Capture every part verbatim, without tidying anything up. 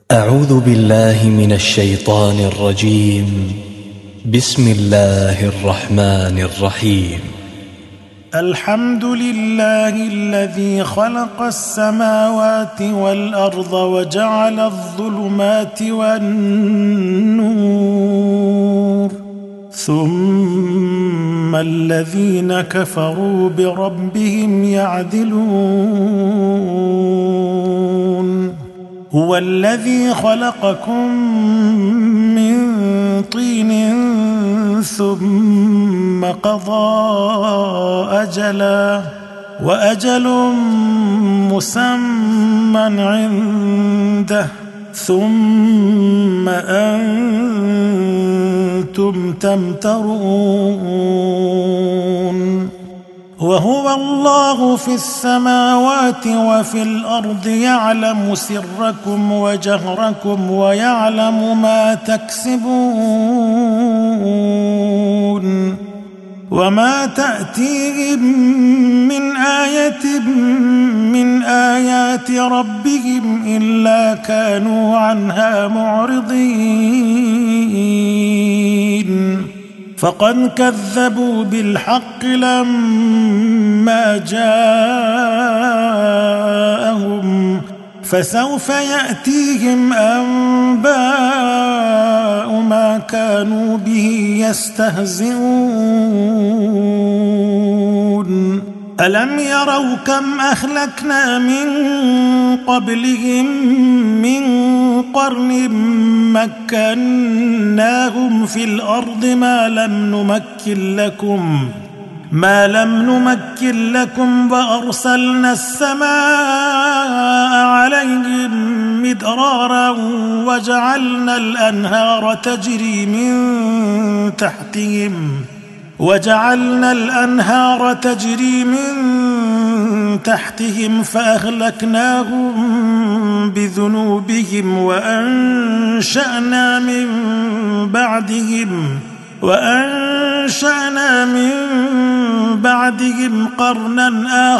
أعوذ بالله من الشيطان الرجيم. بسم الله الرحمن الرحيم. الحمد لله الذي خلق السماوات والأرض وجعل الظلمات والنور، ثم الذين كفروا بربهم يعدلون. هو الذي خلقكم من طين ثم قضى أجلا وأجل مسمى عنده ثم أنتم تمترون. وهو الله في السماوات وفي الأرض يعلم سركم وجهركم ويعلم ما تكسبون. وما تأتيهم من آية من آيات ربهم إلا كانوا عنها معرضين. فقد كذبوا بالحق لما جاءهم، فسوف يأتيهم أنباء ما كانوا به يستهزئون. ألم يروا كم أهلكنا من قبلهم من قرن مكناهم في الأرض ما لم نمكن لكم ما لم نمكن لكم وأرسلنا السماء عليهم مدرارا وجعلنا الأنهار تجري من تحتهم وجعلنا الأنهار تجري من تحتهم فأهلكناهم بذنوبهم وأنشأنا من بعدهم وأنشأنا من بعدهم قرنا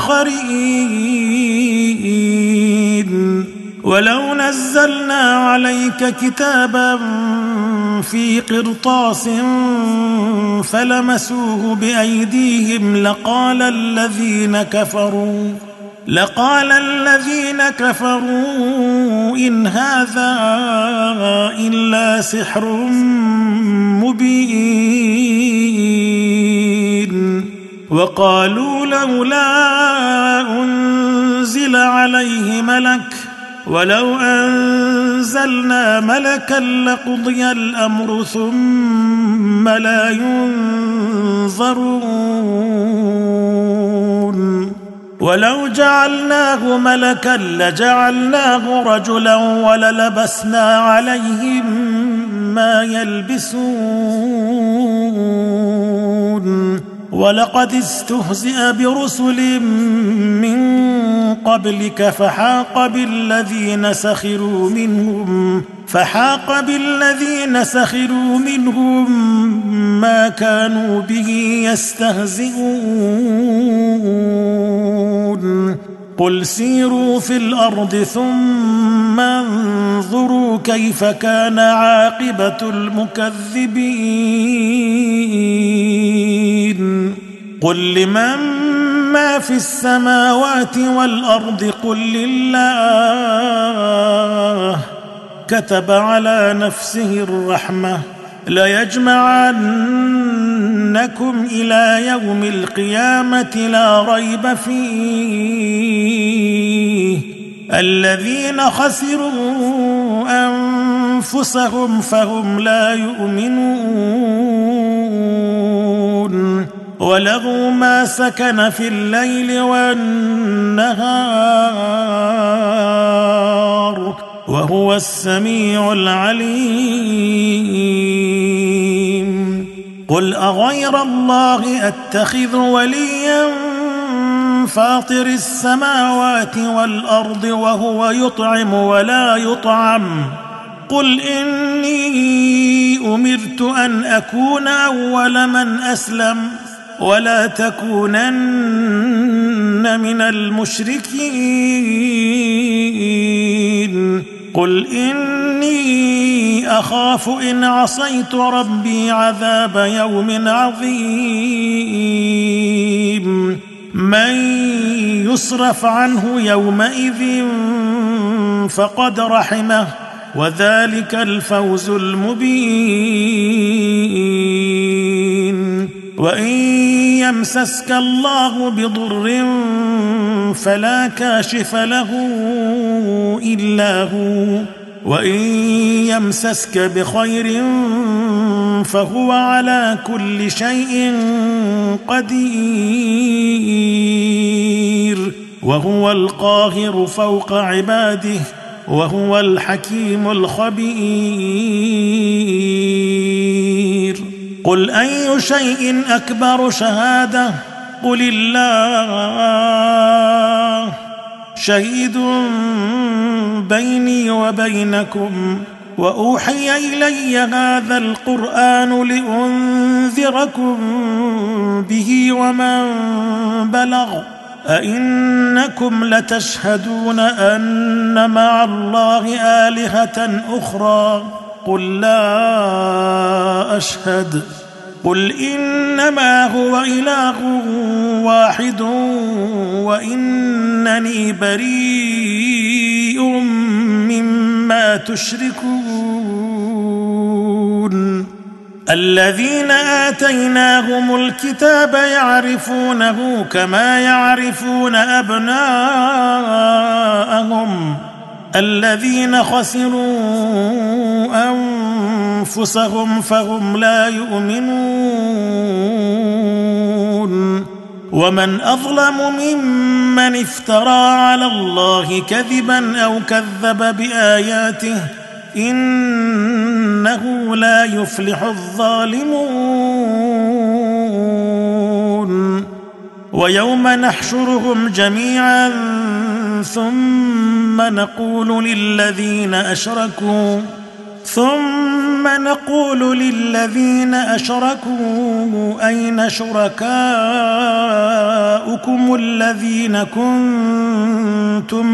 آخرين. ولو نزلنا عليك كتابا في قرطاس فلمسوه بأيديهم لقال الذين كفروا لقال الذين كفروا إن هذا إلا سحر مبين. وقالوا لولا أنزل عليه ملك ولو أنزلنا ملكا لقضي الأمر ثم لا ينظرون. ولو جعلناه ملكا لجعلناه رجلا وللبسنا عليهم ما يلبسون. ولقد استهزئ برسل من قبلك فحاق بالذين سخروا منهم فحاق بالذين سخروا منهم ما كانوا به يستهزئون. قل سيروا في الأرض ثم انظروا كيف كان عاقبة المكذبين. قل لمن ما في السماوات والأرض قل لله كتب على نفسه الرحمة ليجمعنكم إلى يوم القيامة لا ريب فيه. الذين خسروا أنفسهم فهم لا يؤمنون. وله ما سكن في الليل والنهار وهو السميع العليم. قل أغير الله أتخذ وليا فاطر السماوات والأرض وهو يطعم ولا يطعم. قل إني أمرت أن أكون أول من أسلم ولا تكونن من المشركين. قل إن إني أخاف إن عصيت ربي عذاب يوم عظيم من يصرف عنه يومئذ فقد رحمه وذلك الفوز المبين وإن يمسسك الله بضر فلا كاشف له إلا هو وإن يمسسك بخير فهو على كل شيء قدير وهو القاهر فوق عباده وهو الحكيم الخبير قل أي شيء أكبر شهادة قل الله شهيد بيني وبينكم وأوحي إلي هذا القرآن لأنذركم به ومن بلغ أئنكم لتشهدون أن مع الله آلهة أخرى قل لا أشهد قل إنما هو إله واحد وإنني بريء مما تشركون الذين آتيناهم الكتاب يعرفونه كما يعرفون أبناءهم الذين خسروا أنفسهم فهم لا يؤمنون ومن أظلم ممن افترى على الله كذبا أو كذب بآياته إنه لا يفلح الظالمون ويوم نحشرهم جميعا ثم نقول للذين أشركوا ثم نقول للذين أشركوا أين شركاؤكم الذين كنتم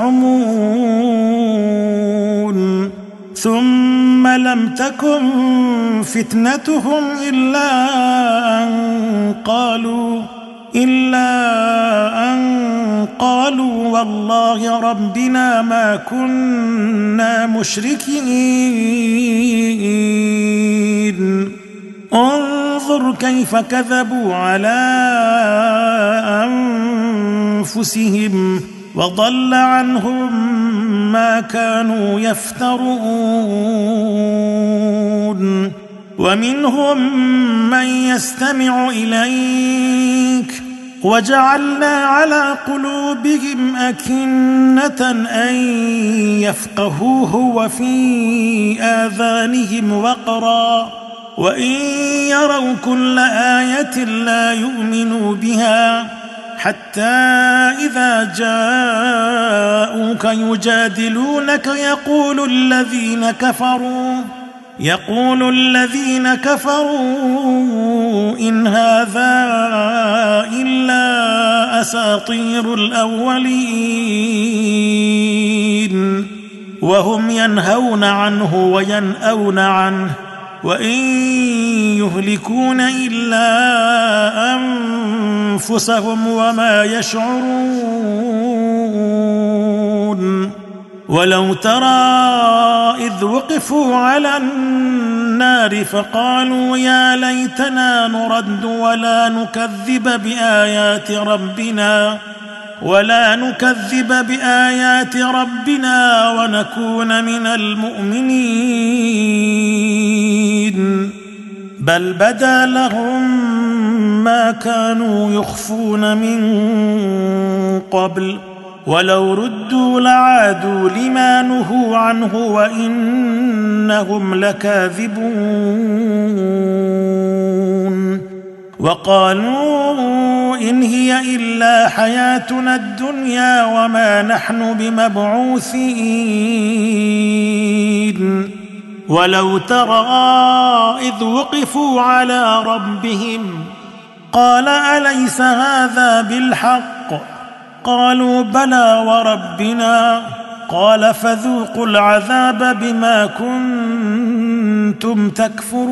تزعمون ثم لم تكن فتنتهم إلا أن قالوا إلا أن قالوا والله ربنا ما كنا مشركين انظر كيف كذبوا على أنفسهم وضل عنهم ما كانوا يفترون ومنهم من يستمع إليك وجعلنا على قلوبهم أكنة أن يفقهوه وفي آذانهم وقرا وإن يروا كل آية لا يؤمنوا بها حتى إذا جاءوك يجادلونك يقول الذين كفروا يقول الذين كفروا إن هذا إلا أساطير الأولين وهم ينهون عنه وينأون عنه وإن يهلكون إلا أنفسهم وما يشعرون ولو ترى إذ وقفوا على النار فقالوا يا ليتنا نرد ولا نكذب بآيات ربنا ولا نكذب بآيات ربنا ونكون من المؤمنين بل بدا لهم ما كانوا يخفون من قبل ولو ردوا لعادوا لما نهوا عنه وإنهم لكاذبون وقالوا إن هي إلا حياتنا الدنيا وما نحن بمبعوثين ولو ترى إذ وقفوا على ربهم قال أليس هذا بالحق قالوا بلى وربنا قال فذوقوا العذاب بما كنتم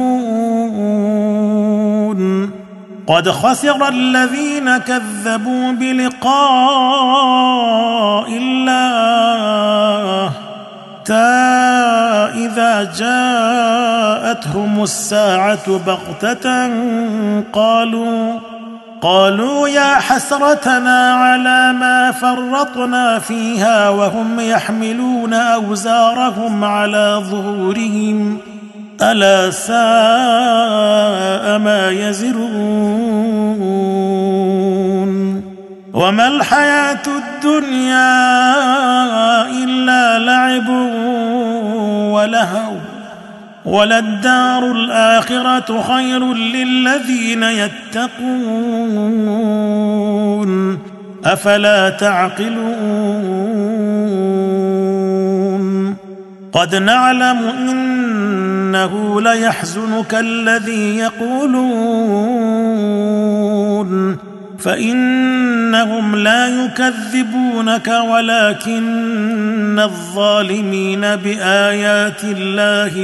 تكفرون قد خسر الذين كذبوا بلقاء الله حتى إذا جاءتهم الساعة بغتة قالوا قالوا يا حسرتنا على ما فرطنا فيها وهم يحملون أوزارهم على ظهورهم ألا ساء ما يزرون وما الحياة الدنيا إلا لعب ولهو وللدار الآخرة خير للذين يتقون أفلا تعقلون قد نعلم إنه ليحزنك الذي يقولون فإنهم لا يكذبونك ولكن الظالمين بآيات الله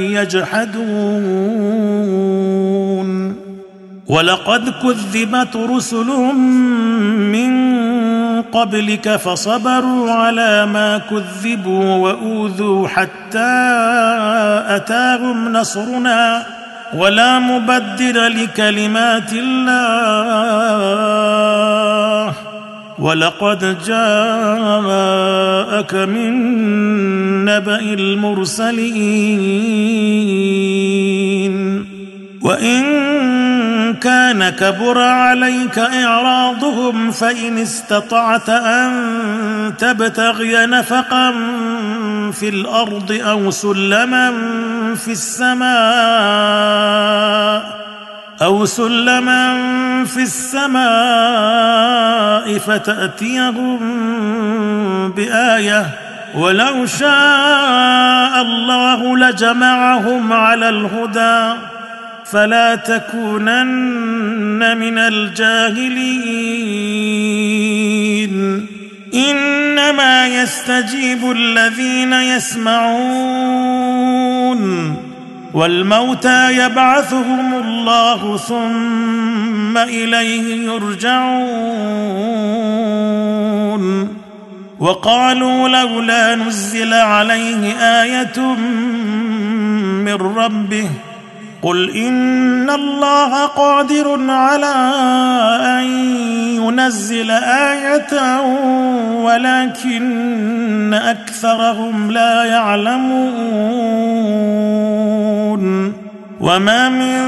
يجحدون ولقد كذبت رسل من قبلك فصبروا على ما كذبوا وأوذوا حتى أتاهم نصرنا ولا مبدل لكلمات الله ولقد جاءك من نبأ المرسلين وإن كان كبر عليك إعراضهم فإن استطعت أن تبتغي نفقا في الأرض أو سلما في السماء أو سلما في السماء فتأتيهم بآية ولو شاء الله لجمعهم على الهدى فلا تكونن من الجاهلين إنما يستجيب الذين يسمعون والموتى يبعثهم الله ثم إليه يرجعون وقالوا لولا نزل عليه آية من ربه قل إن الله قادر على أن ينزل آية ولكن أكثرهم لا يعلمون وما من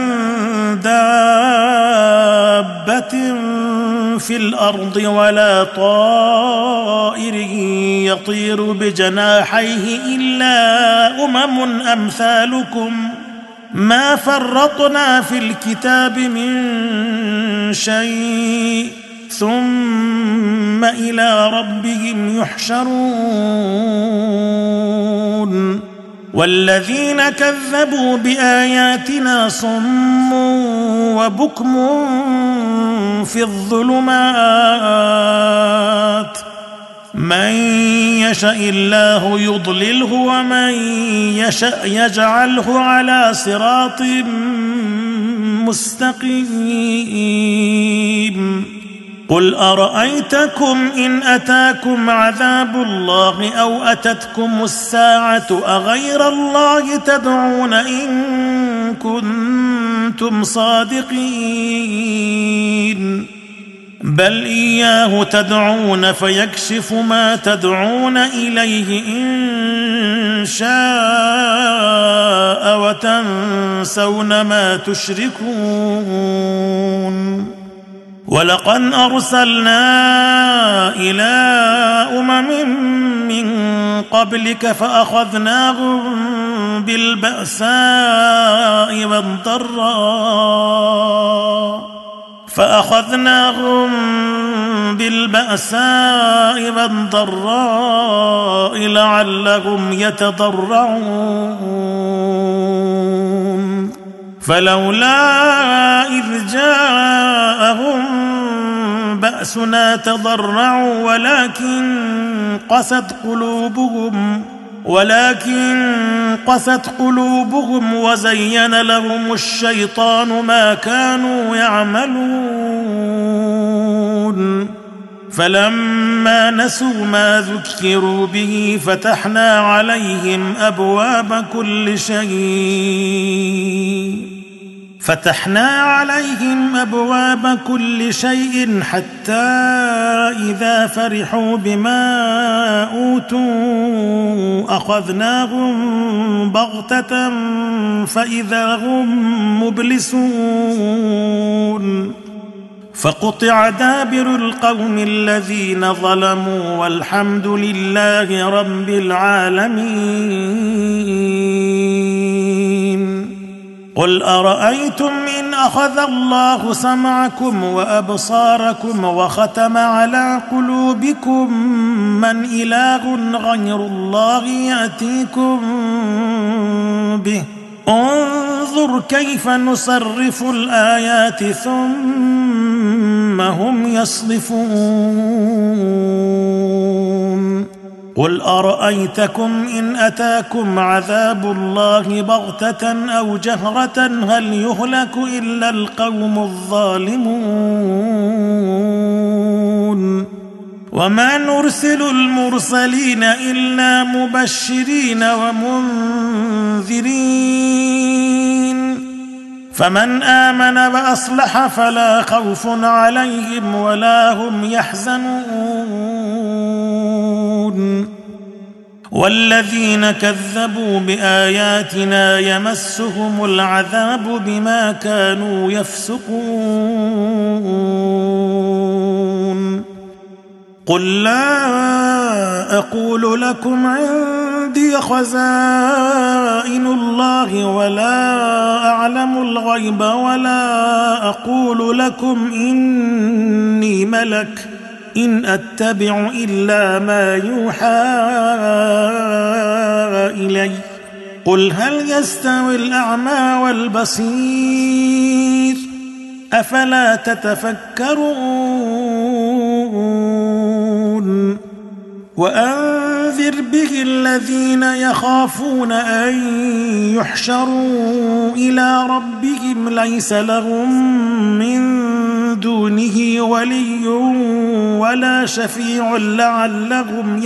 دابة في الأرض ولا طائر يطير بجناحيه إلا أمم أمثالكم ما فرطنا في الكتاب من شيء ثم إلى ربهم يحشرون والذين كذبوا بآياتنا صم وبكم في الظلمات من يشاء الله يضلله ومن يشاء يجعله على صراط مستقيم قل أرأيتكم إن أتاكم عذاب الله أو أتتكم الساعة أغير الله تدعون إن كنتم صادقين بل إياه تدعون فيكشف ما تدعون إليه إن شاء وتنسون ما تشركون ولقد أرسلنا إلى أمم من قبلك فأخذناهم بالبأساء والضراء فأخذناهم بالبأساء والضراء لعلهم يتضرعون فلولا إذ جاءهم بأسنا تضرعوا ولكن قست قلوبهم ولكن قست قلوبهم وزين لهم الشيطان ما كانوا يعملون فلما نسوا ما ذكروا به فتحنا عليهم أبواب كل شيء فتحنا عليهم أبواب كل شيء حتى إذا فرحوا بما أوتوا أخذناهم بغتة فإذا هم مبلسون فقطع دابر القوم الذين ظلموا والحمد لله رب العالمين. قل أرأيتم إن أخذ الله سمعكم وأبصاركم وختم على قلوبكم من إله غير الله يأتيكم به انظر كيف نصرف الآيات ثم هم يصدفون. قل أرأيتكم إن أتاكم عذاب الله بغتة أو جهرة هل يهلك إلا القوم الظالمون وما نرسل المرسلين إلا مبشرين ومنذرين فمن آمن وأصلح فلا خوف عليهم ولا هم يحزنون والذين كذبوا بآياتنا يمسهم العذاب بما كانوا يفسقون. قل لا أقول لكم عندي خزائن الله ولا أعلم الغيب ولا أقول لكم إني ملك إن أتبع إلا ما يوحى إلي قل هل يستوي الأعمى والبصير أفلا تتفكرون. وأنذر به الذين يخافون أن يحشروا إلى ربهم ليس لهم من دونه ولي ولا شفيع لعلهم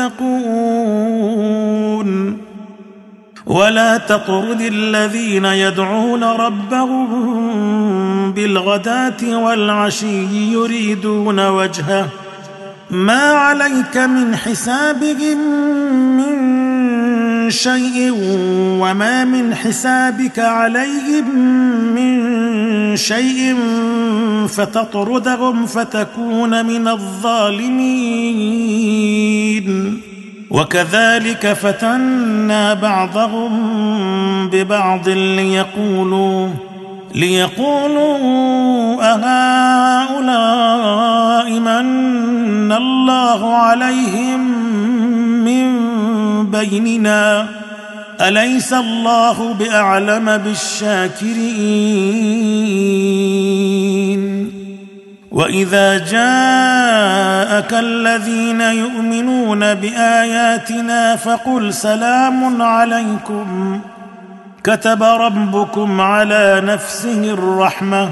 يتقون. ولا تطرد الذين يدعون ربهم بالغداة والعشي يريدون وجهه ما عليك من حسابهم من شيء وما من حسابك عليهم من شيء فتطردهم فتكون من الظالمين. وكذلك فتنا بعضهم ببعض ليقولوا ليقولوا أهؤلاء من الله عليهم من بيننا أليس الله بأعلم بالشاكرين. وإذا جاءك الذين يؤمنون بآياتنا فقل سلام عليكم كتب ربكم على نفسه الرحمة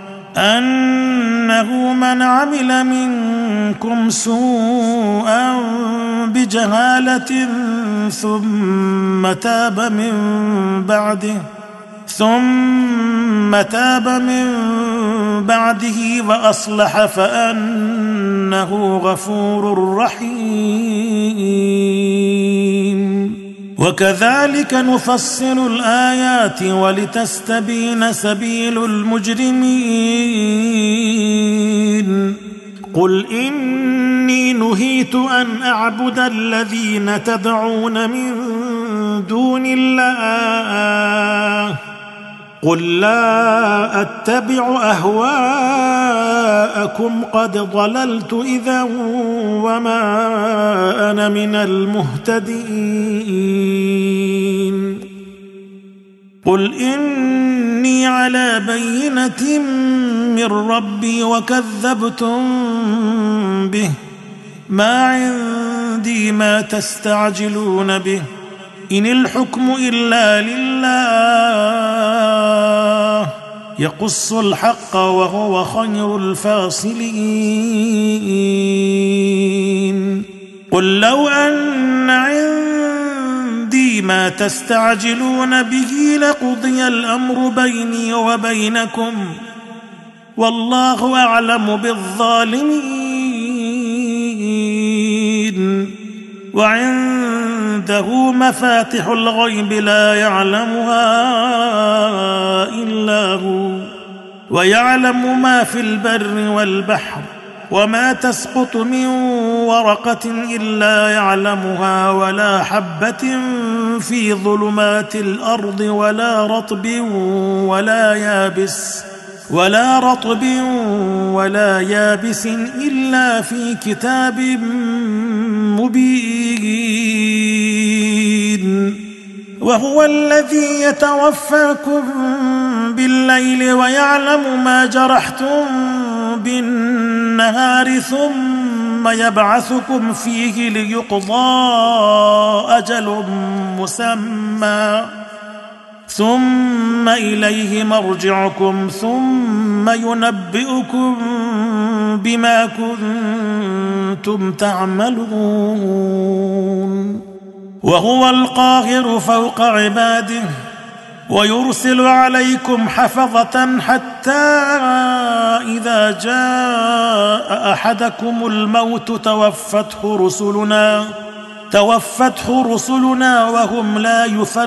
أنه من عمل منكم سوءا بجهالة ثم تاب من بعده ثم تاب من بعده وأصلح فأنه غفور رحيم. وكذلك نفصل الآيات ولتستبين سبيل المجرمين. قل إني نهيت أن أعبد الذين تدعون من دون الله قل لا أتبع أهواءكم قد ضللت إذا وما أنا من المهتدين. قل إني على بينة من ربي وكذبتم به ما عندي ما تستعجلون به إن الحكم إلا لله يقص الحق وهو خير الفاصلين قل لو أن عندي ما تستعجلون به لقضي الأمر بيني وبينكم والله أعلم بالظالمين وعنده مفاتح الغيب لا يعلمها إلا هو ويعلم ما في البر والبحر وما تسقط من ورقة إلا يعلمها ولا حبة في ظلمات الأرض ولا رطب ولا يابس ولا رطب ولا يابس إلا في كتاب مبين وهو الذي يتوفاكم بالليل ويعلم ما جرحتم بالنهار ثم يبعثكم فيه ليقضى أجل مسمى ثم إليه مرجعكم ثم ينبئكم بما كنتم تعملون وهو القاهر فوق عباده ويرسل عليكم حفظة حتى إذا جاء أحدكم الموت توفته رسلنا توفته رسلنا وهم لا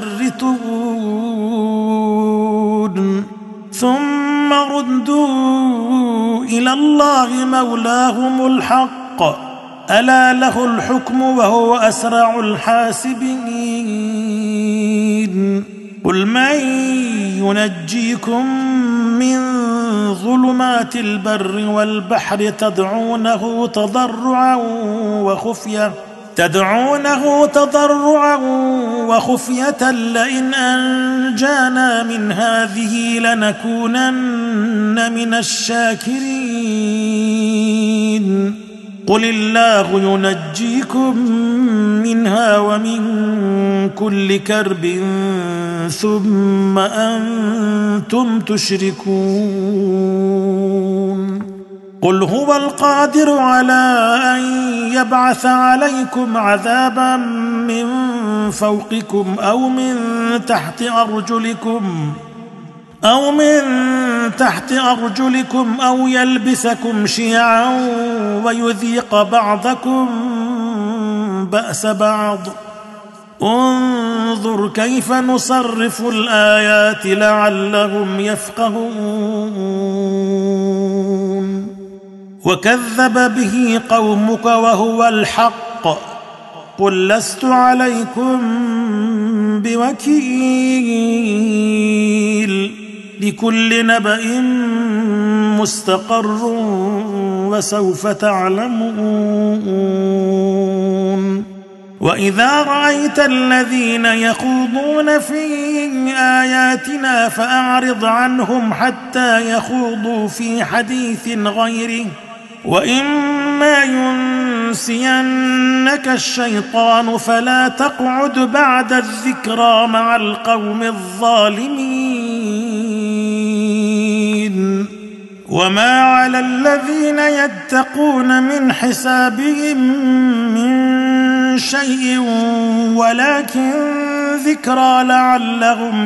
يفرطون ثم ردوا إلى الله مولاهم الحق ألا له الحكم وهو أسرع الحاسبين قل من ينجيكم من ظلمات البر والبحر تدعونه تضرعا وخفية تدعونه تضرعا وخفية لئن أنجانا من هذه لنكونن من الشاكرين قل الله ينجيكم منها ومن كل كرب ثم أنتم تشركون قل هو القادر على أن يبعث عليكم عذابا من فوقكم أو من تحت أرجلكم أو من تحت أرجلكم أو يلبسكم شيعا ويذيق بعضكم بأس بعض انظر كيف نصرف الآيات لعلهم يفقهون وكذب به قومك وهو الحق قل لست عليكم بوكيل لكل نبأ مستقر وسوف تعلمون وإذا رأيت الذين يخوضون في آياتنا فأعرض عنهم حتى يخوضوا في حديث غيره وإما ينسينك الشيطان فلا تقعد بعد الذكرى مع القوم الظالمين وما على الذين يتقون من حسابهم من شيء ولكن ذكرى لعلهم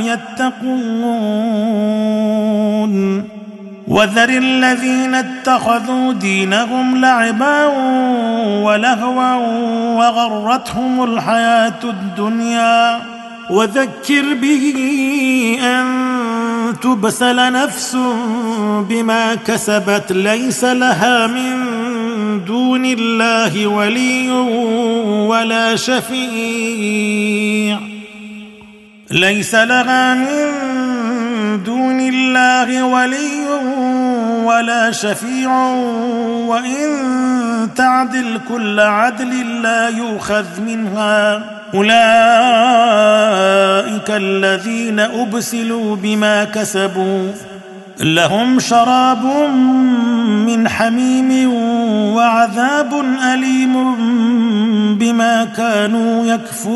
يتقون وذر الذين اتخذوا دينهم لعبا ولهوا وغرتهم الحياة الدنيا وذكر به أن تبسل نفس بما كسبت ليس لها من دون الله ولي ولا شفيع ليس لها من دون الله ولي ولا شفيع وإن تعدل كل عدل لا يؤخذ منها أولئك الذين أبسلوا بما كسبوا لهم شراب من حميم وعذاب أليم بما كانوا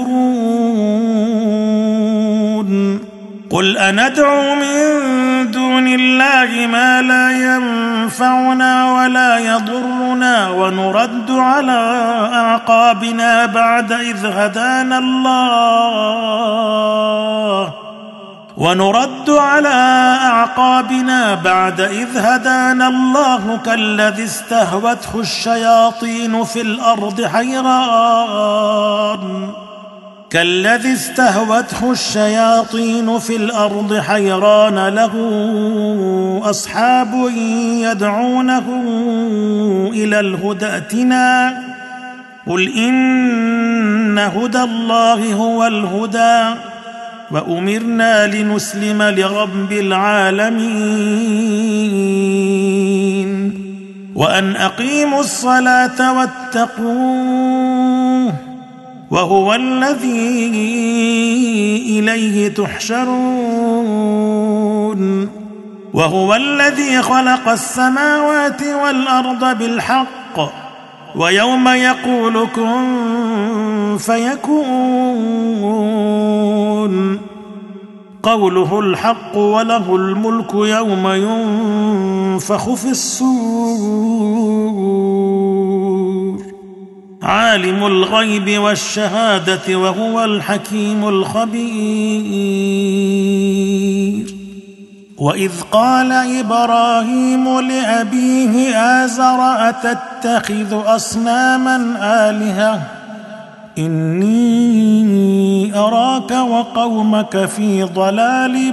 يكفرون قل أندعو من دون الله ما لا ينفعنا ولا يضرنا ونرد على أعقابنا بعد إذ هدانا الله ونرد على أعقابنا بعد إذ هدانا الله كالذي استهوته الشياطين في الأرض حيران كالذي استهوته الشياطين في الأرض حيران له أصحاب يدعونه إلى الهدى ائتنا قل إن هدى الله هو الهدى وأمرنا لنسلم لرب العالمين وأن أقيموا الصلاة واتقوه وهو الذي إليه تحشرون وهو الذي خلق السماوات والأرض بالحق ويوم يقول كن فيكون قوله الحق وله الملك يوم ينفخ في الصور عالم الغيب والشهادة وهو الحكيم الخبير وإذ قال إبراهيم لأبيه آزر أتتخذ أصناما آلهة إني أراك وقومك في ضلال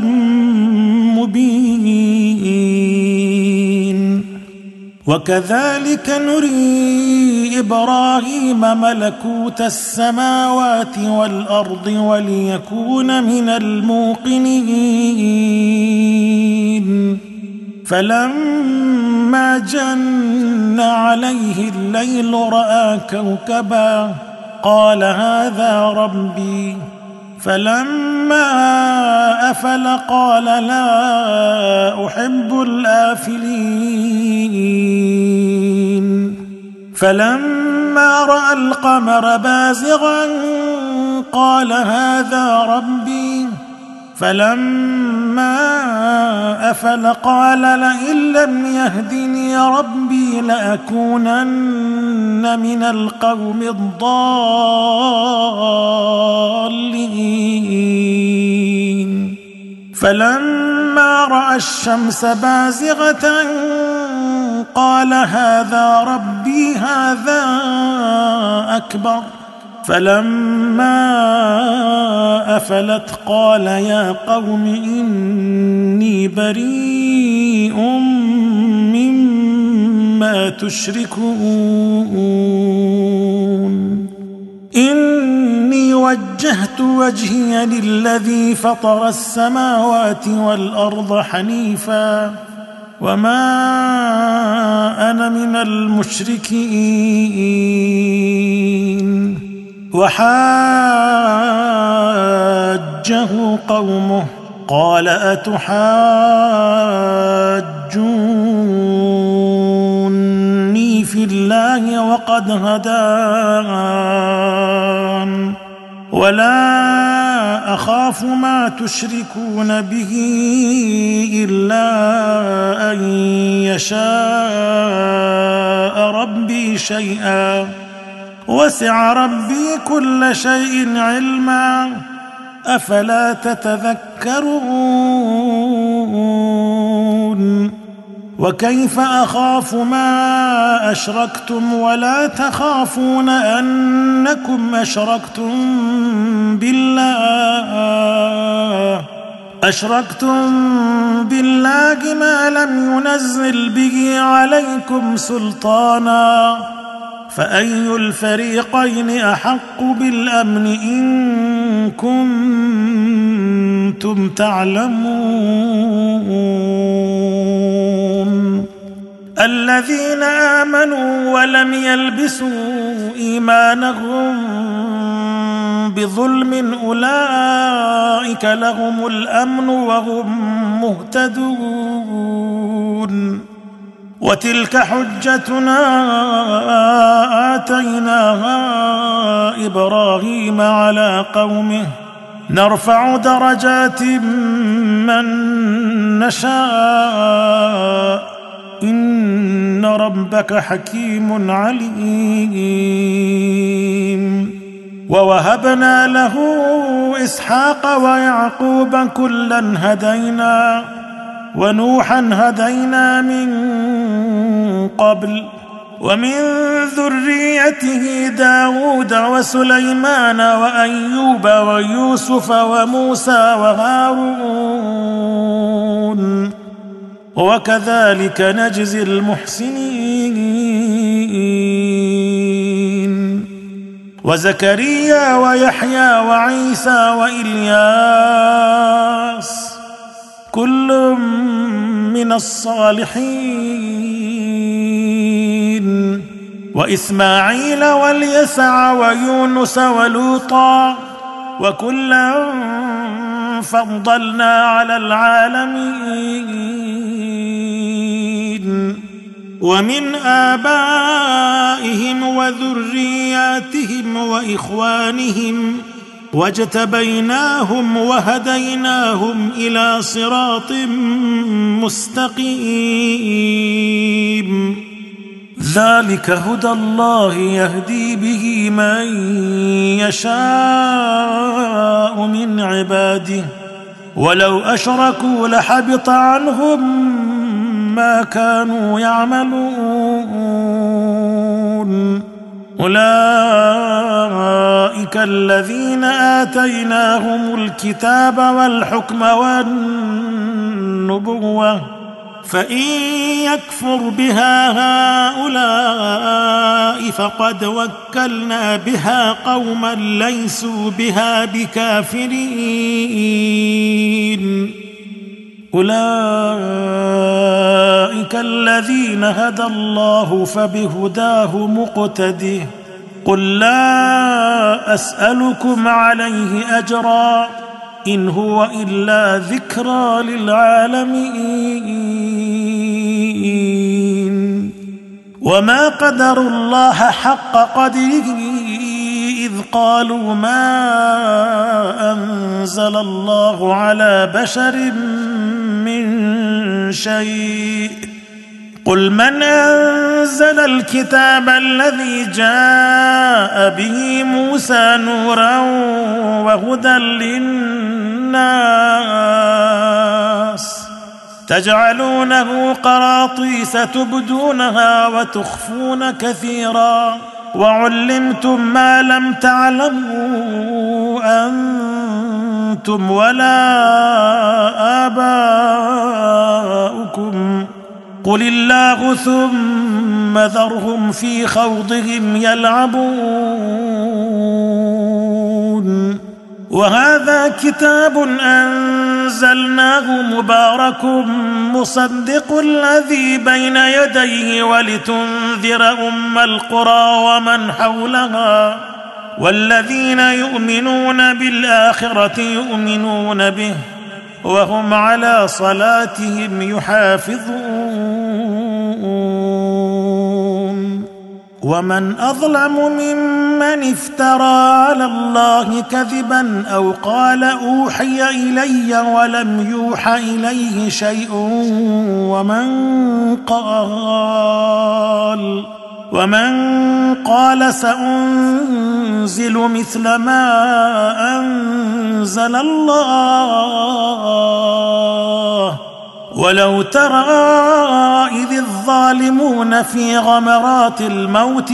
مبين وكذلك نري إبراهيم ملكوت السماوات والأرض وليكون من الموقنين فلما جن عليه الليل رأى كوكبا قال هذا ربي فلما أفل قال لا أحب الآفلين فلما رأى القمر بازغا قال هذا ربي فلما أفل قال لئن لم يهدني ربي لأكونن من القوم الضالين فلما رأى الشمس بازغة قال هذا ربي هذا أكبر فلما أفلت قال يا قوم إني بريء مما تشركون إني وجهت وجهي للذي فطر السماوات والأرض حنيفا وما أنا من المشركين وحاجه قومه قال أتحاجوني في الله وقد هدان ولا أخاف ما تشركون به إلا أن يشاء ربي شيئا وسع ربي كل شيء علما أفلا تتذكرون وكيف أخاف ما أشركتم ولا تخافون أنكم أشركتم بالله أشركتم بالله ما لم ينزل به عليكم سلطانا فأي الفريقين أحق بالأمن إن كنتم تعلمون الذين آمنوا ولم يلبسوا إيمانهم بظلم أولئك لهم الأمن وهم مهتدون. وتلك حجتنا آتيناها إبراهيم على قومه نرفع درجات من نشاء إن ربك حكيم عليم. ووهبنا له إسحاق ويعقوب كلا هدينا ونوحا هدينا من قبل ومن ذريته داود وسليمان وأيوب ويوسف وموسى وهارون وكذلك نجزي المحسنين. وزكريا ويحيى وعيسى وإلياس كل من الصالحين. وإسماعيل واليسع ويونس ولوطا وكلا فضلنا على العالمين. ومن آبائهم وذرياتهم وإخوانهم واجتبيناهم وهديناهم إلى صراط مستقيم. ذلك هدى الله يهدي به من يشاء من عباده ولو أشركوا لحبط عنهم ما كانوا يعملون. أولئك الذين آتيناهم الكتاب والحكم والنبوة فإن يكفر بها هؤلاء فقد وكلنا بها قوما ليسوا بها بكافرين. أولئك الذين هدى الله فبهداه مقتده. قل لا أسألكم عليه أجرا إن هو إلا ذكرى للعالمين. وما قدروا الله حق قدره إذ قالوا ما أنزل الله على بشر من شيء. قل من أنزل الكتاب الذي جاء به موسى نورا وهدى للناس تجعلونه قراطيس تبدونها وتخفون كثيرا وعلمتم ما لم تعلموا أنتم ولا آباؤكم قل الله ثم ذرهم في خوضهم يلعبون. وهذا كتاب أنزلناه مبارك مصدق الذي بين يديه ولتنذر أم القرى ومن حولها والذين يؤمنون بالآخرة يؤمنون به وهم على صلاتهم يحافظون. ومن أظلم ممن افترى على الله كذبا أو قال أوحي إلي ولم يوحى إليه شيء ومن قال ومن قال سأنزل مثل ما أنزل الله ولو ترى إذ الظالمون في غمرات الموت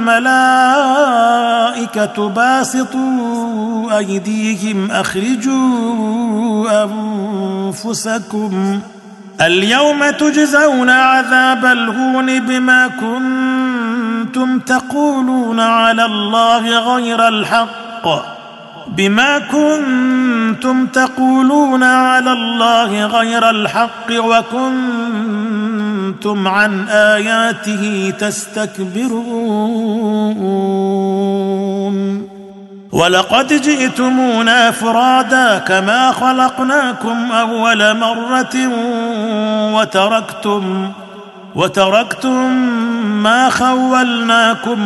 والملائكة باسطوا أيديهم أخرجوا أنفسكم اليوم تجزون عذاب الهون بما كنتم تقولون على الله غير الحق بما كنتم تقولون على الله غير الحق وكنتم عن آياته تستكبرون. ولقد جئتمونا فرادا كما خلقناكم أول مرة وتركتم وتركتم ما خولناكم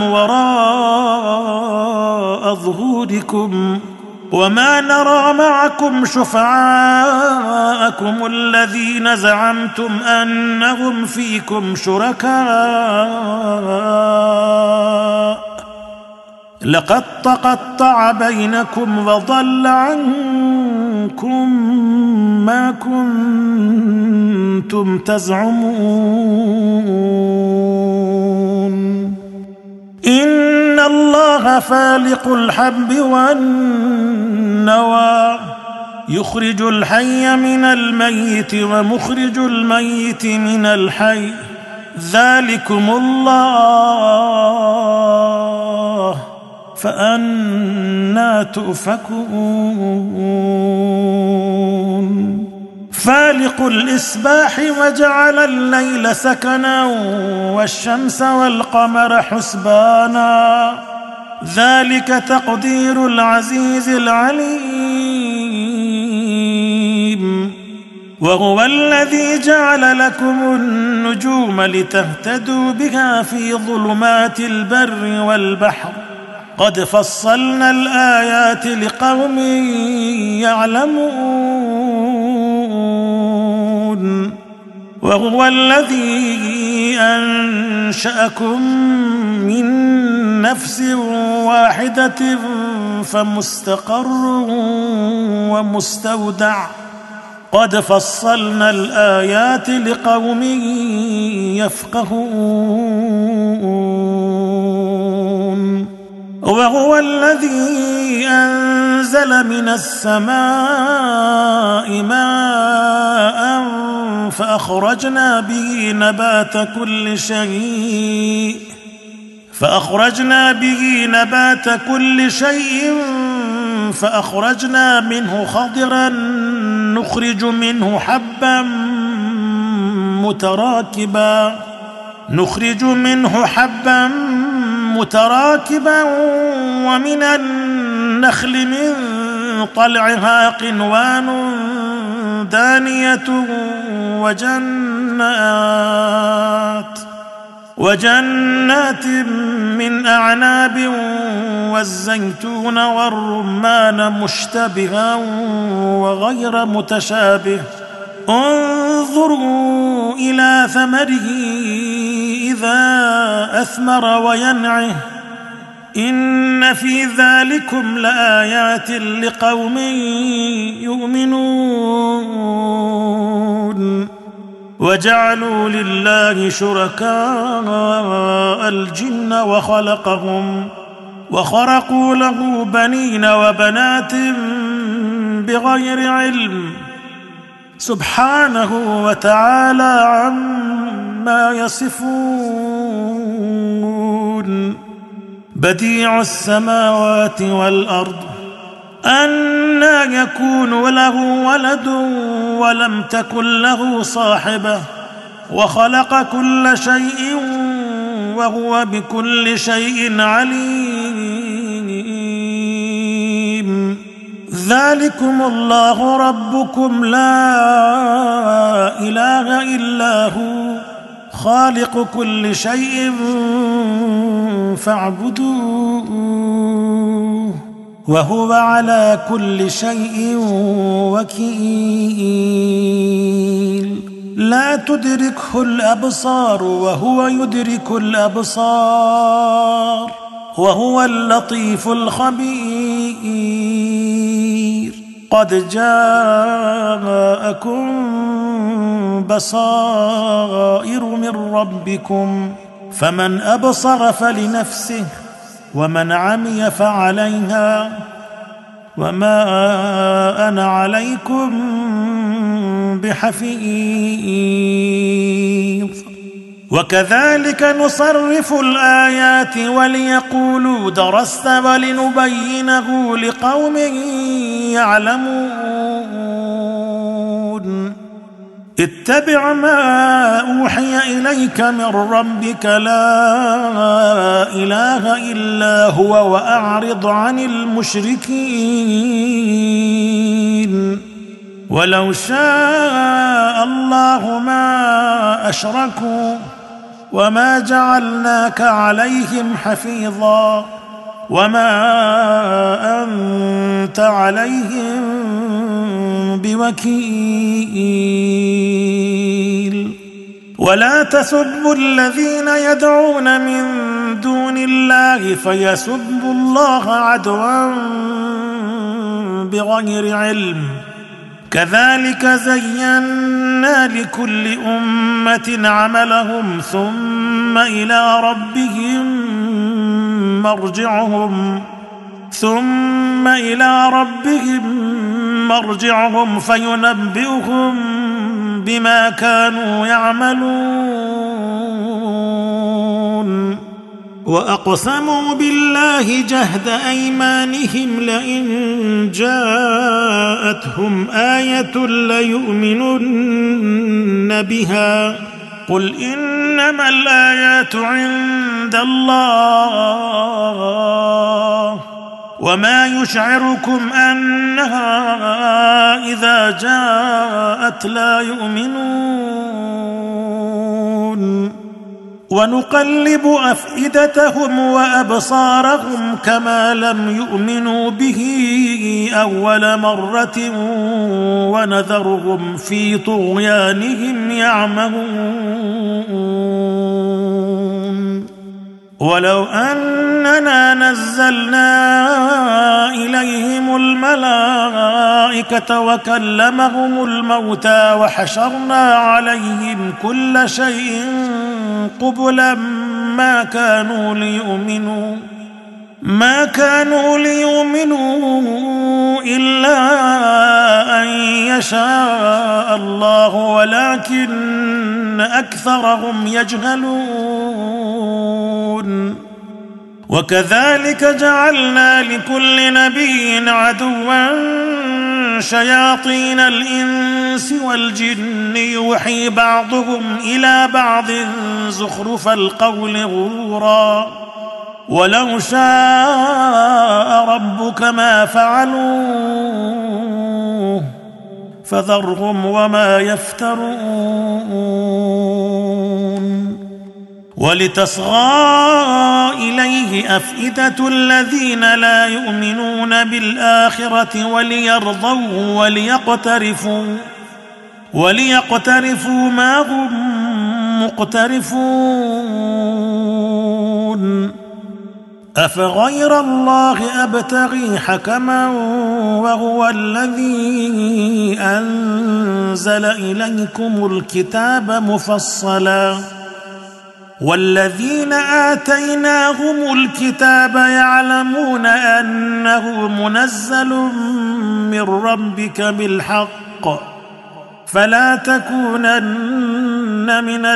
وراء ظهوركم وما نرى معكم شفعاءكم الذين زعمتم أنهم فيكم شركاء لقد تقطع بينكم وضل عنكم ما كنتم تزعمون إن الله فالق الحب والنوى يخرج الحي من الميت ومخرج الميت من الحي ذلكم الله فأنى تؤفكون فالق الإصباح وجعل الليل سكنا والشمس والقمر حسبانا ذلك تقدير العزيز العليم وهو الذي جعل لكم النجوم لتهتدوا بها في ظلمات البر والبحر قد فصلنا الآيات لقوم يعلمون وهو الذي أنشأكم من نفس واحدة فمستقر ومستودع قد فصلنا الآيات لقوم يفقهون وهو الذي أنزل من السماء ماء فأخرجنا به نبات كل شيء فأخرجنا به نبات كل شيء فأخرجنا منه خضرا نخرج منه حبا متراكبا نخرج منه حبا متراكبا ومن النخل من طلعها قنوان دانية وجنات وجنات من أعناب والزيتون والرمان مشتبها وغير متشابه انظروا إلى ثمره إذا أثمر وينعه إن في ذلكم لآيات لقوم يؤمنون وجعلوا لله شركاء الجن وخلقهم وخرقوا له بنين وبنات بغير علم سبحانه وتعالى عما يصفون بديع السماوات والأرض أنى يكون له ولد ولم تكن له صاحبة وخلق كل شيء وهو بكل شيء عليم ذلكم الله ربكم لا إله إلا هو خالق كل شيء فاعبدوه وهو على كل شيء وكيل لا تدركه الأبصار وهو يدرك الأبصار وهو اللطيف الخبير قد جاءكم بصائر من ربكم فمن أبصر فلنفسه ومن عمي فعليها وما أنا عليكم بحفيظ وكذلك نصرف الآيات وليقولوا درست ولنبينه لقوم يعلمون اتبع ما أوحي إليك من ربك لا إله إلا هو وأعرض عن المشركين ولو شاء الله ما أشركوا وما جعلناك عليهم حفيظا وما أنت عليهم بوكيل ولا تسبوا الذين يدعون من دون الله فيسبوا الله عدوا بغير علم كذلك زينا لكل أمة عملهم ثم إلى ربهم مرجعهم ثم إلى ربهم مرجعهم فينبئهم بما كانوا يعملون وأقسموا بالله جهد أيمانهم لئن جاءتهم آية ليؤمنن بها قل إنما الآيات عند الله وما يشعركم أنها إذا جاءت لا يؤمنون ونقلب أفئدتهم وأبصارهم كما لم يؤمنوا به أول مرة ونذرهم في طغيانهم يعمهون ولو أننا نزلنا إليهم الملائكة وكلمهم الموتى وحشرنا عليهم كل شيء قبلا ما كانوا ليؤمنوا ما كانوا ليؤمنوا إلا أن يشاء الله ولكن أكثرهم يجهلون وكذلك جعلنا لكل نبي عدوا شياطين الإنس والجن يوحي بعضهم إلى بعض زخرف القول غرورا ولو شاء ربك ما فعلوه فذرهم وما يفترون ولتصغى إليه أفئدة الذين لا يؤمنون بالآخرة وليرضوه وليقترفوا وليقترفوا ما هم مقترفون أفغير الله أبتغي حكما وهو الذي أنزل إليكم الكتاب مفصلا والذين آتيناهم الكتاب يعلمون أنه منزل من ربك بالحق فلا تكونن من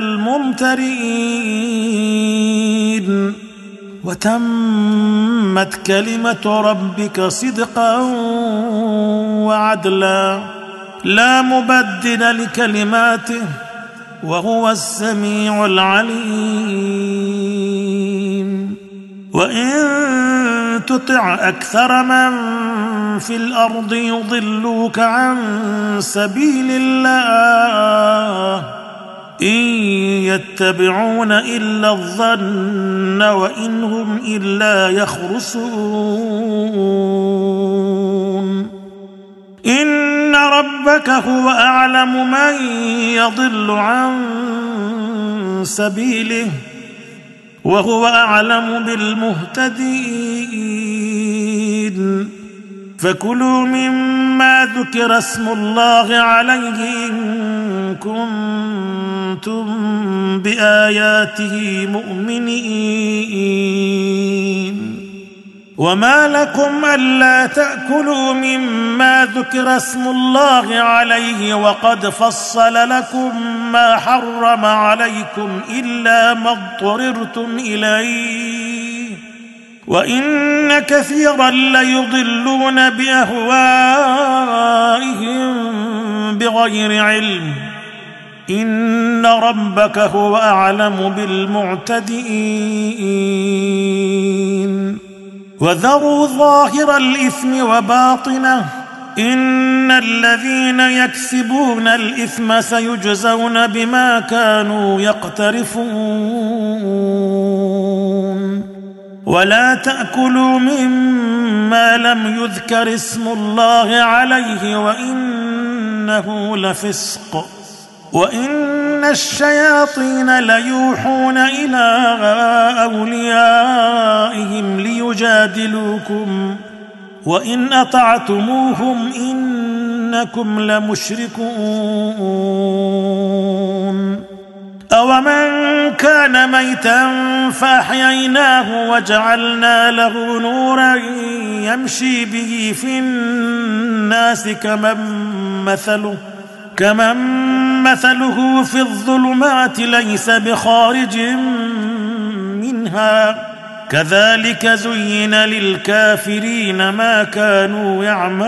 الممترين وتمت كلمة ربك صدقا وعدلا لا مبدل لكلماته وهو السميع العليم وإن تطع أكثر من في الأرض يضلوك عن سبيل الله إن يتبعون إلا الظن وإن هم إلا يخرصون إن ربك هو أعلم من يضل عن سبيله وهو أعلم بالمهتدين فكلوا مما ذكر اسم الله عليه إن كنتم بآياته مؤمنين وما لكم ألا تأكلوا مما ذكر اسم الله عليه وقد فصل لكم ما حرم عليكم إلا ما اضطررتم إليه وإن كثيرا ليضلون بأهوائهم بغير علم إن ربك هو أعلم بالمعتدين وذروا ظاهر الإثم وباطنه إن الذين يكسبون الإثم سيجزون بما كانوا يقترفون ولا تأكلوا مما لم يذكر اسم الله عليه وإنه لفسق وإن الشياطين ليوحون إلى أوليائهم ليجادلوكم وإن أطعتموهم إنكم لمشركون أومن كان ميتا فأحييناه وجعلنا له نورا يمشي به في الناس كمن مثله كمن مثله في الظلمات ليس بخارج منها كذلك زين للكافرين ما كانوا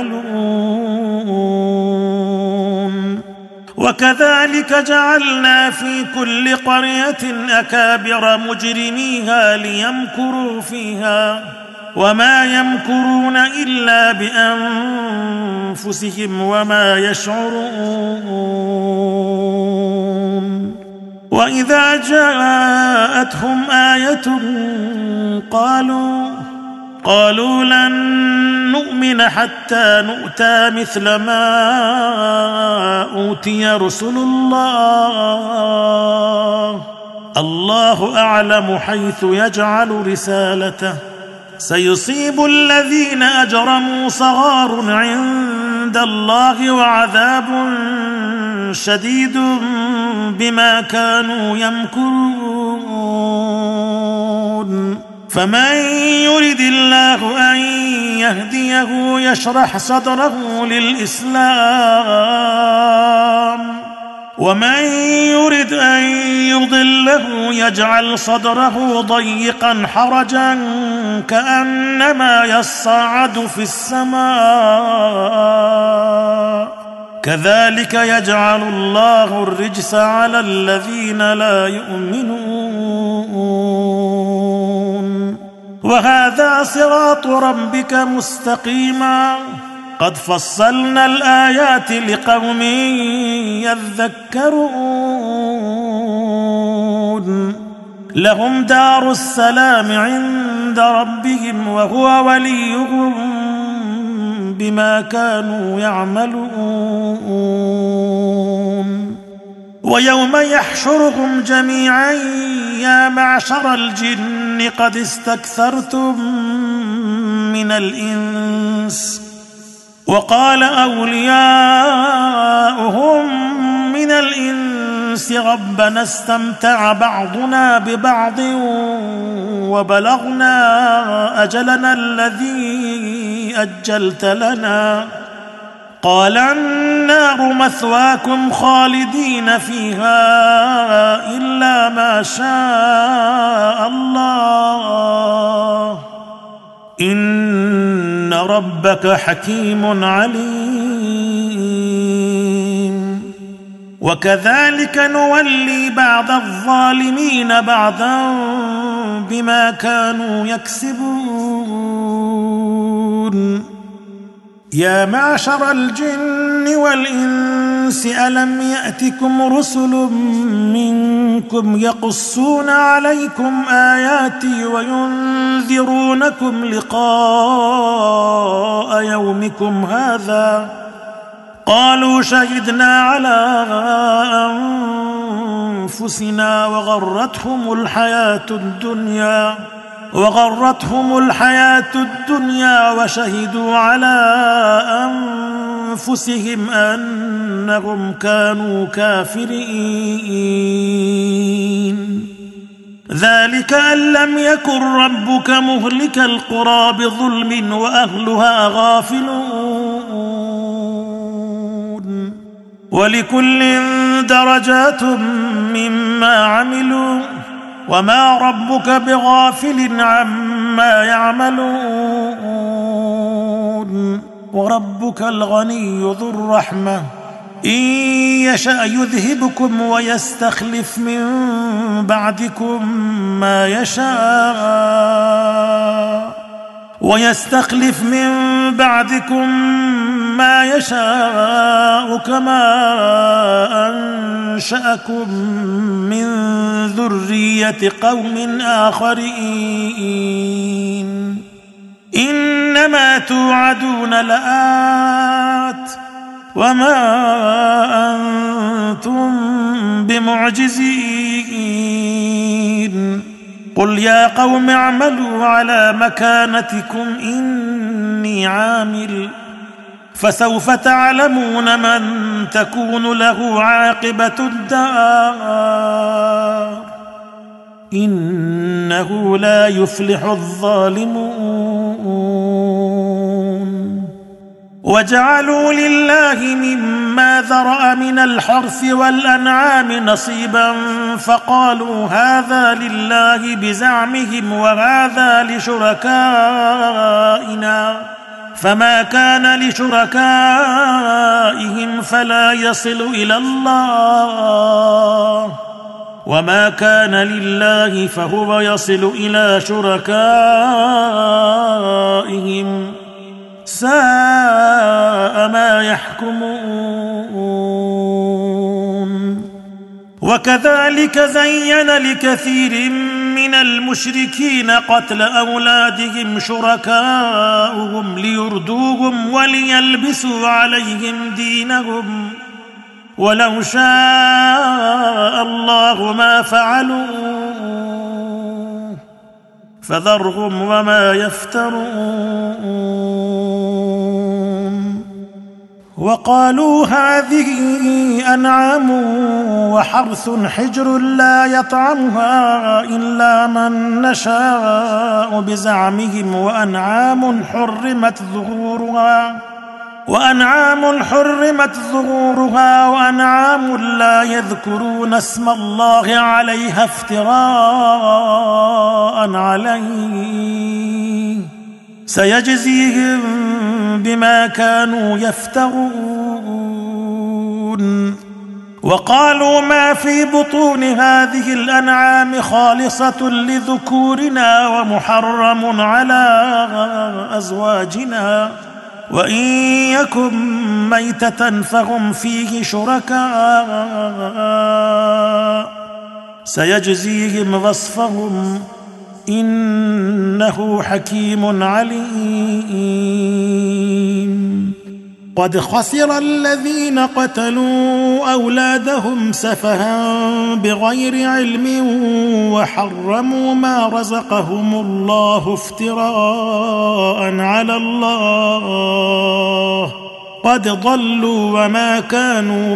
يعملون وكذلك جعلنا في كل قرية أكابر مجرميها ليمكروا فيها وما يمكرون إلا بأنفسهم وما يشعرون وإذا جاءتهم آية قالوا قالوا لن نؤمن حتى نؤتى مثل ما أوتي رسل الله الله أعلم حيث يجعل رسالته سيصيب الذين أجرموا صغار عند الله وعذاب شديد بما كانوا يمكرون فمن يرد الله أن يهديه يشرح صدره للإسلام ومن يرد أن يضله يجعل صدره ضيقا حرجا كأنما يصعد في السماء كذلك يجعل الله الرجس على الذين لا يؤمنون وهذا صراط ربك مستقيما قد فصلنا الآيات لقوم يذكرون لهم دار السلام عند ربهم وهو وليهم بما كانوا يعملون ويوم يحشرهم جميعا يا معشر الجن قد استكثرتم من الإنس وقال أولياؤهم من الإنس ربنا استمتع بعضنا ببعض وبلغنا أجلنا الذي أجلت لنا قال النار مثواكم خالدين فيها إلا ما شاء الله إن ربك حكيم عليم وكذلك نولي بعض الظالمين بعضا بما كانوا يكسبون يا معشر الجن والإنس ألم يأتكم رسل منكم يقصون عليكم آياتي وينذرونكم لقاء يومكم هذا قالوا شهدنا على أنفسنا وغرتهم الحياة الدنيا وغرتهم الحياة الدنيا وشهدوا على أنفسهم أنهم كانوا كافرين ذلك أن لم يكن ربك مهلك القرى بظلم وأهلها غافلون ولكل درجات مما عملوا وما ربك بغافل عما يعملون وربك الغني ذو الرحمة إن يشأ يذهبكم ويستخلف من بعدكم ما يشاء ويستخلف من بعدكم ما يشاء كما أنشأكم من ذرية قوم آخرين إنما توعدون لآت وما أنتم بمعجزين قل يا قوم اعملوا على مكانتكم إني عامل فسوف تعلمون من تكون له عاقبة الدار إنه لا يفلح الظالمون وجعلوا لله مما ذرأ من الحرث والأنعام نصيبا فقالوا هذا لله بزعمهم وهذا لشركائنا فما كان لشركائهم فلا يصل إلى الله وما كان لله فهو يصل إلى شركائهم ساء ما يحكمون وكذلك زين لكثير من المشركين قتل أولادهم شركاؤهم ليردوهم وليلبسوا عليهم دينهم ولو شاء الله ما فعلوه فذرهم وما يفترون وقالوا هذه أنعام وحرث حجر لا يطعمها إلا من نشاء بزعمهم وأنعام حرمت ظهورها وأنعام حرمت ظهورها وأنعام لا يذكرون اسم الله عليها افتراء عليه سيجزيهم بما كانوا يفترون وقالوا ما في بطون هذه الأنعام خالصة لذكورنا ومحرم على أزواجنا وإن يكن ميتة فهم فيه شركاء سيجزيهم وصفهم إنه حكيم عليم قد خسر الذين قتلوا أولادهم سفها بغير علم وحرموا ما رزقهم الله افتراء على الله قد ضلوا وما كانوا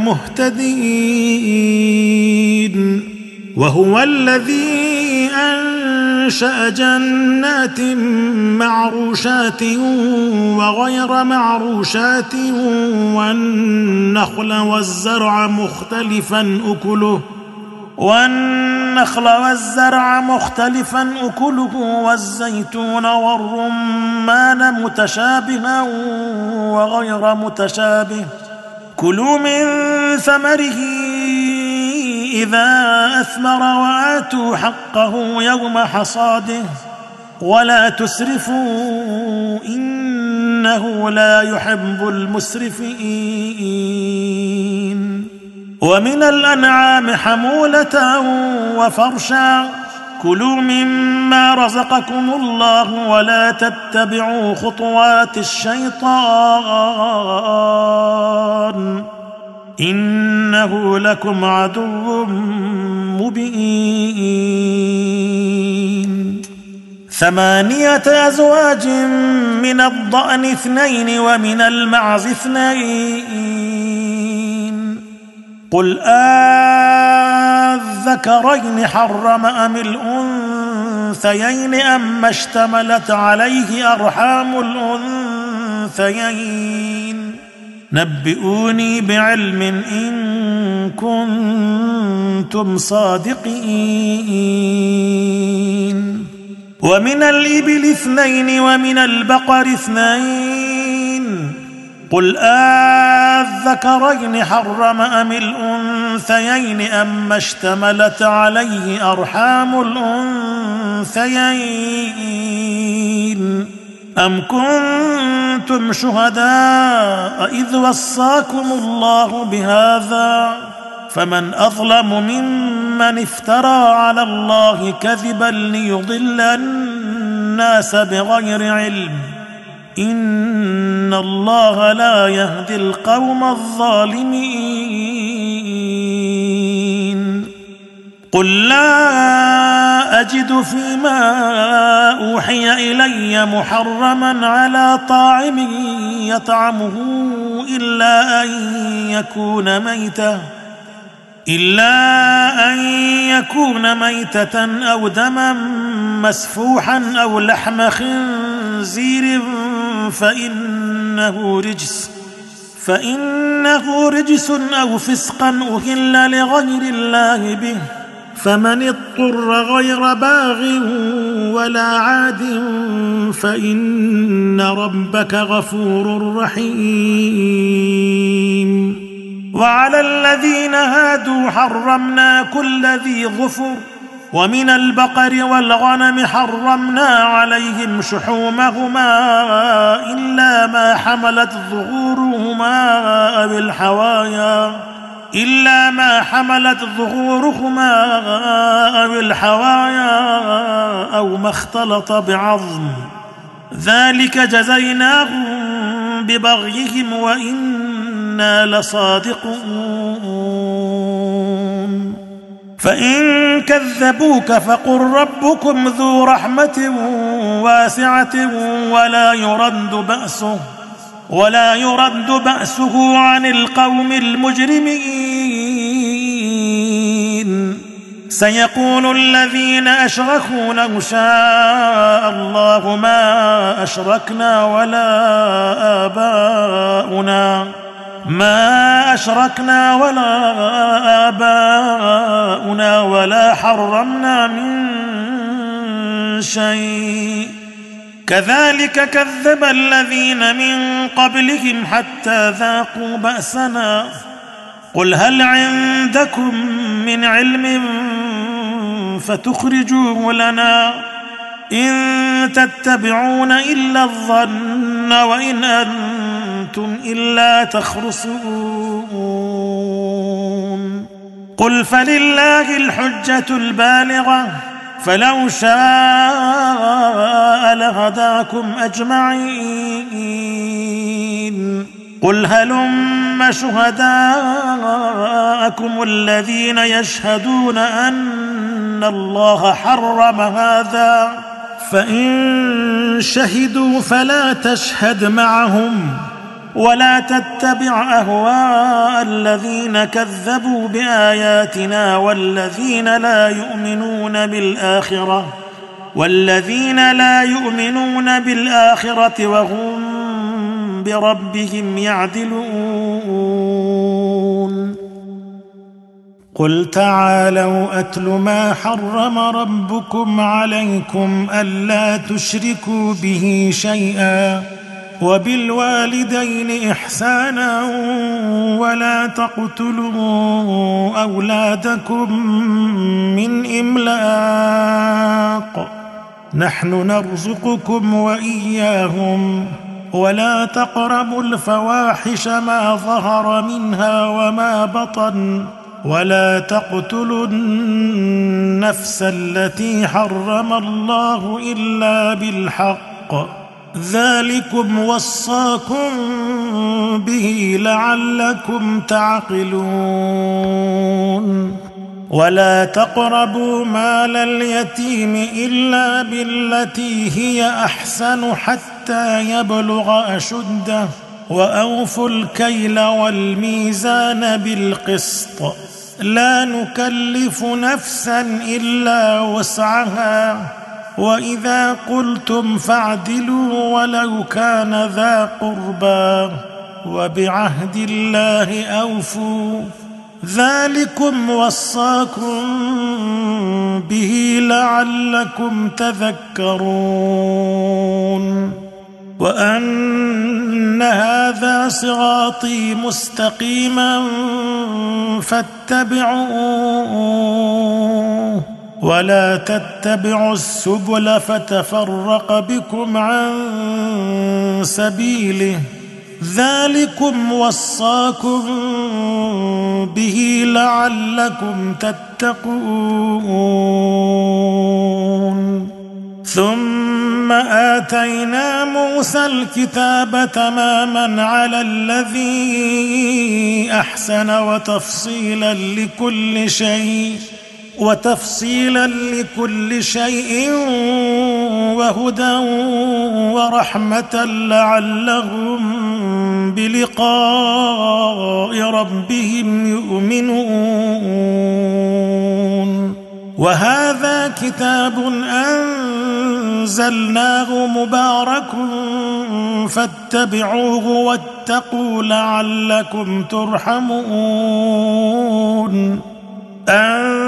مهتدين وهو الذي أنشأ جنات معروشات وغير معروشات والنخل والزرع مختلفا أكله والنخل والزرع مختلفا أكله والزيتون والرمان متشابها وغير متشابه كلوا من ثمره إذا أثمر وآتوا حقه يوم حصاده ولا تسرفوا إنه لا يحب المسرفين ومن الأنعام حمولة وفرشا كلوا مما رزقكم الله ولا تتبعوا خطوات الشيطان إنه لكم عدو مبين ثمانية أزواج من الضأن اثنين ومن المعز اثنين قل آذكرين حرم أم الأنثيين أم اشتملت عليه أرحام الأنثيين نبئوني بعلم إن كنتم صادقين ومن الإبل اثنين ومن البقر اثنين قل آذكرين حرم أم الأنثيين أما اشتملت عليه أرحام الأنثيين أم كنتم شهداء إذ وصاكم الله بهذا فمن أظلم ممن افترى على الله كذبا ليضل الناس بغير علم إن الله لا يهدي القوم الظالمين قل لا أجد فيما أوحي إلي محرما على طاعم يطعمه إلا أن يكون ميتة إلا أن يكون ميتة أو دما مسفوحا أو لحم خنزير فإنه رجس فإنه رجس أو فسقا أهل لغير الله به فمن اضطر غير باغ ولا عاد فإن ربك غفور رحيم وعلى الذين هادوا حرمنا كل ذي ظفر ومن البقر والغنم حرمنا عليهم شحومهما إلا ما حملت ظهورهما أو الحوايا إلا ما حملت ظهورهما أو الحوايا أو ما اختلط بعظم ذلك جزيناهم ببغيهم وإنا لصادقون فإن كذبوك فقل ربكم ذو رحمة واسعة ولا يرد بأسه ولا يرد بأسه عن القوم المجرمين سيقول الذين أشركوا لو شاء الله ما أشركنا ولا آباؤنا ما أشركنا ولا آباؤنا ولا حرمنا من شيء كذلك كذب الذين من قبلهم حتى ذاقوا بأسنا قل هل عندكم من علم فتخرجوه لنا إن تتبعون إلا الظن وإن أنتم إلا تخرصون قل فلله الحجة البالغة فلو شاء لهداكم أجمعين قل هلم شهداءكم الذين يشهدون أن الله حرم هذا فإن شهدوا فلا تشهد معهم ولا تتبع أهواء الذين كذبوا بآياتنا والذين لا يؤمنون بالآخرة والذين لا يؤمنون بالآخرة وهم بربهم يعدلون قل تعالوا أتل ما حرم ربكم عليكم ألا تشركوا به شيئا وبالوالدين إحسانا ولا تقتلوا أولادكم من إملاق نحن نرزقكم وإياهم ولا تقربوا الفواحش ما ظهر منها وما بطن ولا تقتلوا النفس التي حرم الله إلا بالحق ذلكم وصاكم به لعلكم تعقلون ولا تقربوا مال اليتيم إلا بالتي هي أحسن حتى يبلغ أشده وأوفوا الكيل والميزان بالقسط لا نكلف نفسا إلا وسعها وإذا قلتم فاعدلوا ولو كان ذا قربى وبعهد الله أوفوا ذلكم وصاكم به لعلكم تذكرون وأن هذا صراطي مستقيما فاتبعوه ولا تتبعوا السبل فتفرق بكم عن سبيله ذلكم وصاكم به لعلكم تتقون. ثم آتينا موسى الكتاب تماما على الذي أحسن وتفصيلا لكل شيء وتفصيلا لكل شيء وهدى ورحمة لعلهم بلقاء ربهم يؤمنون. وهذا كتاب أنزلناه مبارك فاتبعوه واتقوا لعلكم ترحمون. أن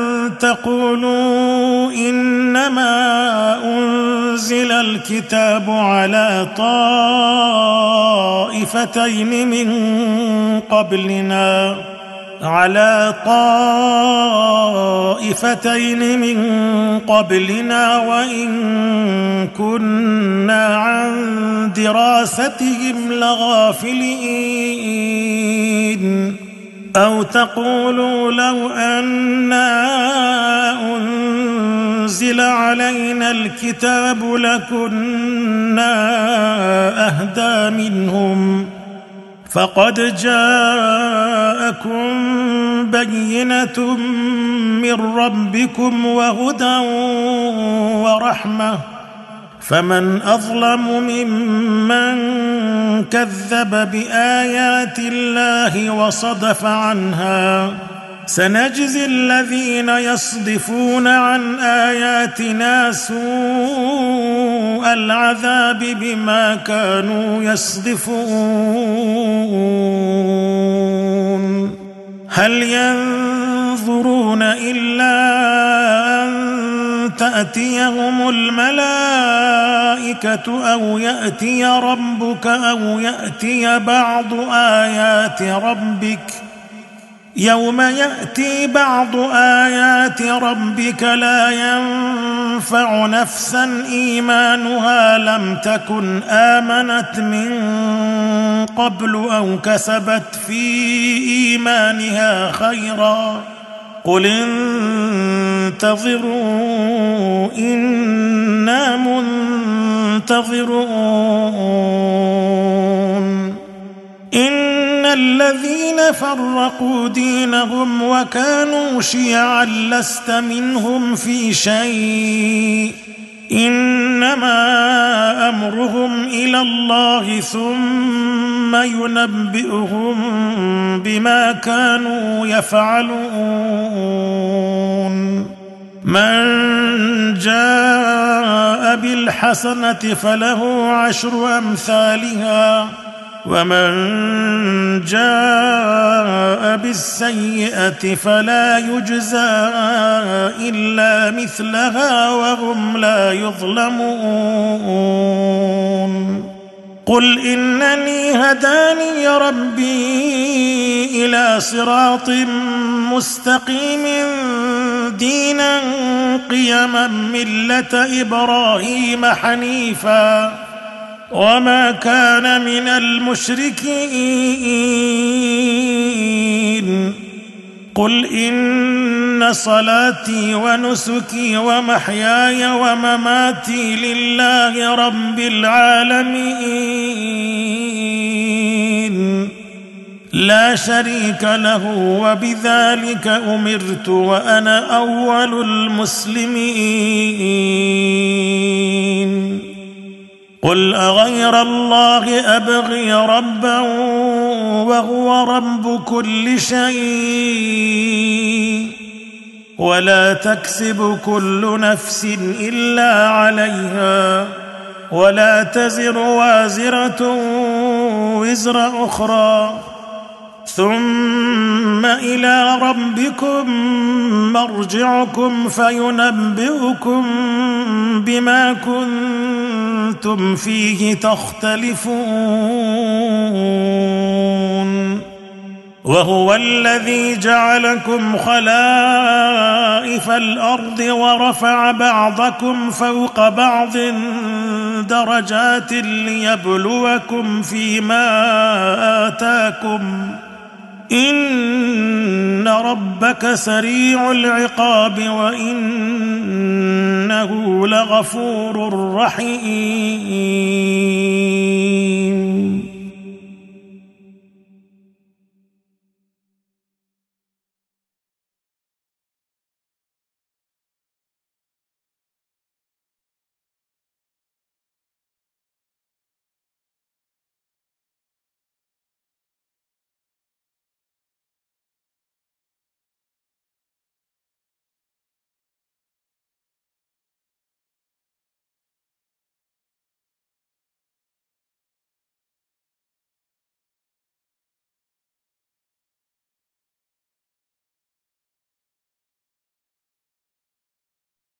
تقولوا إنما أنزل الكتاب على طائفتين من قبلنا على طائفتين من قبلنا وإن كنا عن دراستهم لغافلين. أو تقولوا لو أنا أنزل علينا الكتاب لكنا أهدى منهم فقد جاءكم بينة من ربكم وهدى ورحمة فمن أظلم ممن كذب بآيات الله وصدف عنها. سنجزي الذين يصدفون عن آياتنا سوء العذاب بما كانوا يصدفون. هل ينظرون إلا أن تأتيهم الملائكة أو يأتي ربك أو يأتي بعض آيات ربك يوم يأتي بعض آيات ربك لا ينفع نفسا إيمانها لم تكن آمنت من قبل أو كسبت في إيمانها خيرا قل انتظروا إنا منتظرون. إن الذين فرقوا دينهم وكانوا شيعا لست منهم في شيء إنما أمرهم إلى الله ثم ينبئهم بما كانوا يفعلون. من جاء بالحسنة فله عشر أمثالها ومن جاء بالسيئة فلا يجزى إلا مثلها وهم لا يظلمون. قل إنني هداني ربي إلى صراط مستقيم دينا قيما ملة إبراهيم حنيفا وما كان من المشركين. قل إن صلاتي ونسكي ومحياي ومماتي لله رب العالمين لا شريك له وبذلك أمرت وأنا أول المسلمين. قل أغير الله أبغي ربا وهو رب كل شيء ولا تكسب كل نفس إلا عليها ولا تزر وازرة وزر أخرى ثم ثم إلى ربكم مرجعكم فينبئكم بما كنتم فيه تختلفون وهو الذي جعلكم خلائف الأرض ورفع بعضكم فوق بعض درجات ليبلوكم فيما آتاكم إن ربك سريع العقاب وإنه لغفور رحيم.